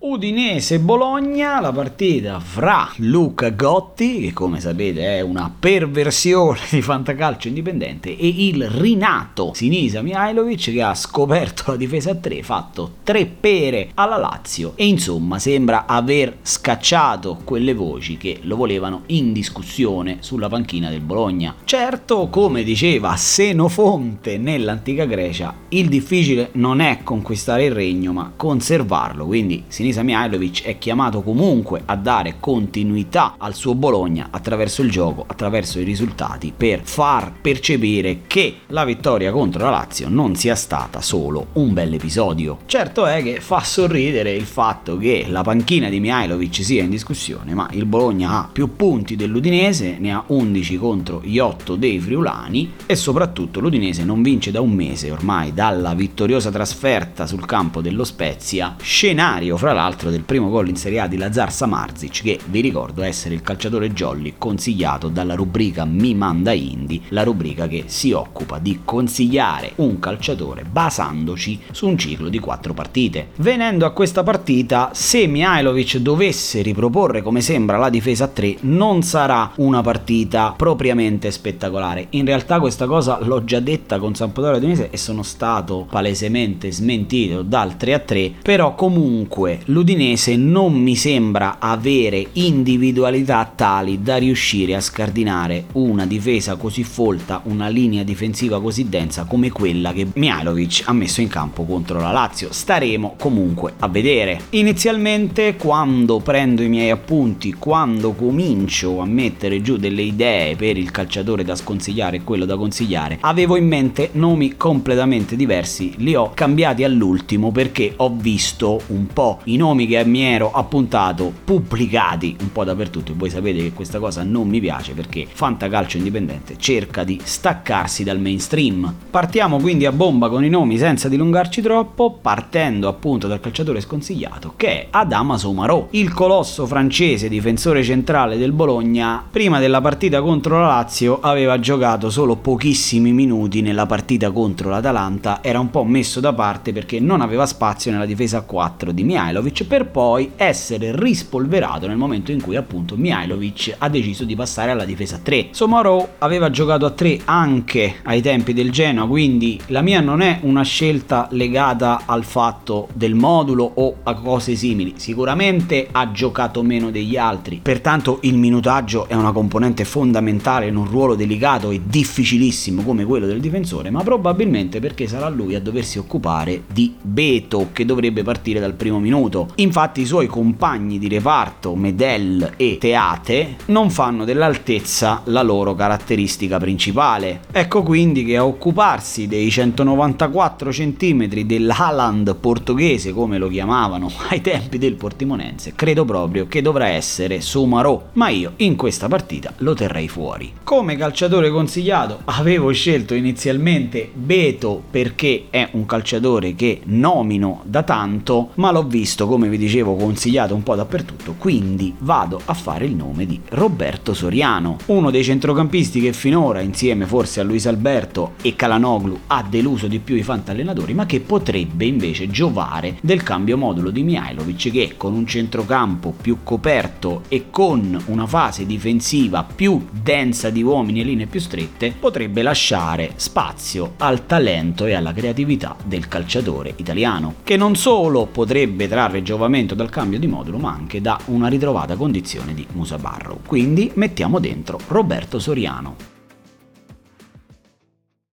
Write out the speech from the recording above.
Udinese-Bologna, la partita fra Luca Gotti, che come sapete è una perversione di fantacalcio indipendente, e il rinato Sinisa Mihajlovic, che ha scoperto la difesa a 3, fatto 3 pere alla Lazio e insomma sembra aver scacciato quelle voci che lo volevano in discussione sulla panchina del Bologna. Certo, come diceva Senofonte nell'antica Grecia, il difficile non è conquistare il regno ma conservarlo, quindi Sinisa Mihajlovic è chiamato comunque a dare continuità al suo Bologna attraverso il gioco, attraverso i risultati, per far percepire che la vittoria contro la Lazio non sia stata solo un bel episodio. Certo è che fa sorridere il fatto che la panchina di Mihajlovic sia in discussione, ma il Bologna ha più punti dell'Udinese, ne ha 11 contro gli 8 dei friulani, e soprattutto l'Udinese non vince da un mese ormai dalla vittoriosa trasferta sul campo dello Spezia, scenario fra l'altro del primo gol in Serie A di Lazar Samardzic, che vi ricordo essere il calciatore jolly consigliato dalla rubrica Mi Manda Indy, la rubrica che si occupa di consigliare un calciatore basandoci su un ciclo di 4 partite. Venendo a questa partita, se Mihajlovic dovesse riproporre come sembra la difesa a 3, non sarà una partita propriamente spettacolare. In realtà questa cosa l'ho già detta con Sampdoria Udinese e sono stato palesemente smentito dal 3-3, però comunque l'Udinese non mi sembra avere individualità tali da riuscire a scardinare una difesa così folta, una linea difensiva così densa come quella che Mihajlovic ha messo in campo contro la Lazio. Staremo comunque a vedere. Inizialmente, quando prendo i miei appunti, quando comincio a mettere giù delle idee per il calciatore da sconsigliare e quello da consigliare, avevo in mente nomi completamente diversi, li ho cambiati all'ultimo perché ho visto un po' i nomi che mi ero appuntato pubblicati un po' dappertutto, e voi sapete che questa cosa non mi piace perché fantacalcio indipendente cerca di staccarsi dal mainstream. Partiamo quindi a bomba con i nomi senza dilungarci troppo, partendo appunto dal calciatore sconsigliato che è Adama Soumaoro, il colosso francese difensore centrale del Bologna. Prima della partita contro la Lazio aveva giocato solo pochissimi minuti nella partita contro l'Atalanta, era un po' messo da parte perché non aveva spazio nella difesa a 4 di Mihajlovic, per poi essere rispolverato nel momento in cui appunto Mihajlovic ha deciso di passare alla difesa a 3. Soumaoro aveva giocato a 3 anche ai tempi del Genoa, quindi la mia non è una scelta legata al fatto del modulo o a cose simili. Sicuramente ha giocato meno degli altri, pertanto il minutaggio è una componente fondamentale in un ruolo delicato e difficilissimo come quello del difensore, ma probabilmente perché sarà lui a doversi occupare di Beto, che dovrebbe partire dal primo minuto. Infatti i suoi compagni di reparto Medel e Teate non fanno dell'altezza la loro caratteristica principale. Ecco quindi che a occuparsi dei 194 centimetri dell'Haaland portoghese, come lo chiamavano ai tempi del Portimonense, credo proprio che dovrà essere Soumaoro, ma io in questa partita lo terrei fuori. Come calciatore consigliato avevo scelto inizialmente Beto perché è un calciatore che nomino da tanto, ma l'ho visto, come vi dicevo, consigliato un po' dappertutto, quindi vado a fare il nome di Roberto Soriano, uno dei centrocampisti che finora, insieme forse a Luis Alberto e Calhanoglu, ha deluso di più i fantallenatori, ma che potrebbe invece giovare del cambio modulo di Mihajlovic, che con un centrocampo più coperto e con una fase difensiva più densa di uomini e linee più strette potrebbe lasciare spazio al talento e alla creatività del calciatore italiano, che non solo potrebbe trarre giovamento dal cambio di modulo ma anche da una ritrovata condizione di Musa Barrow. Quindi mettiamo dentro Roberto Soriano.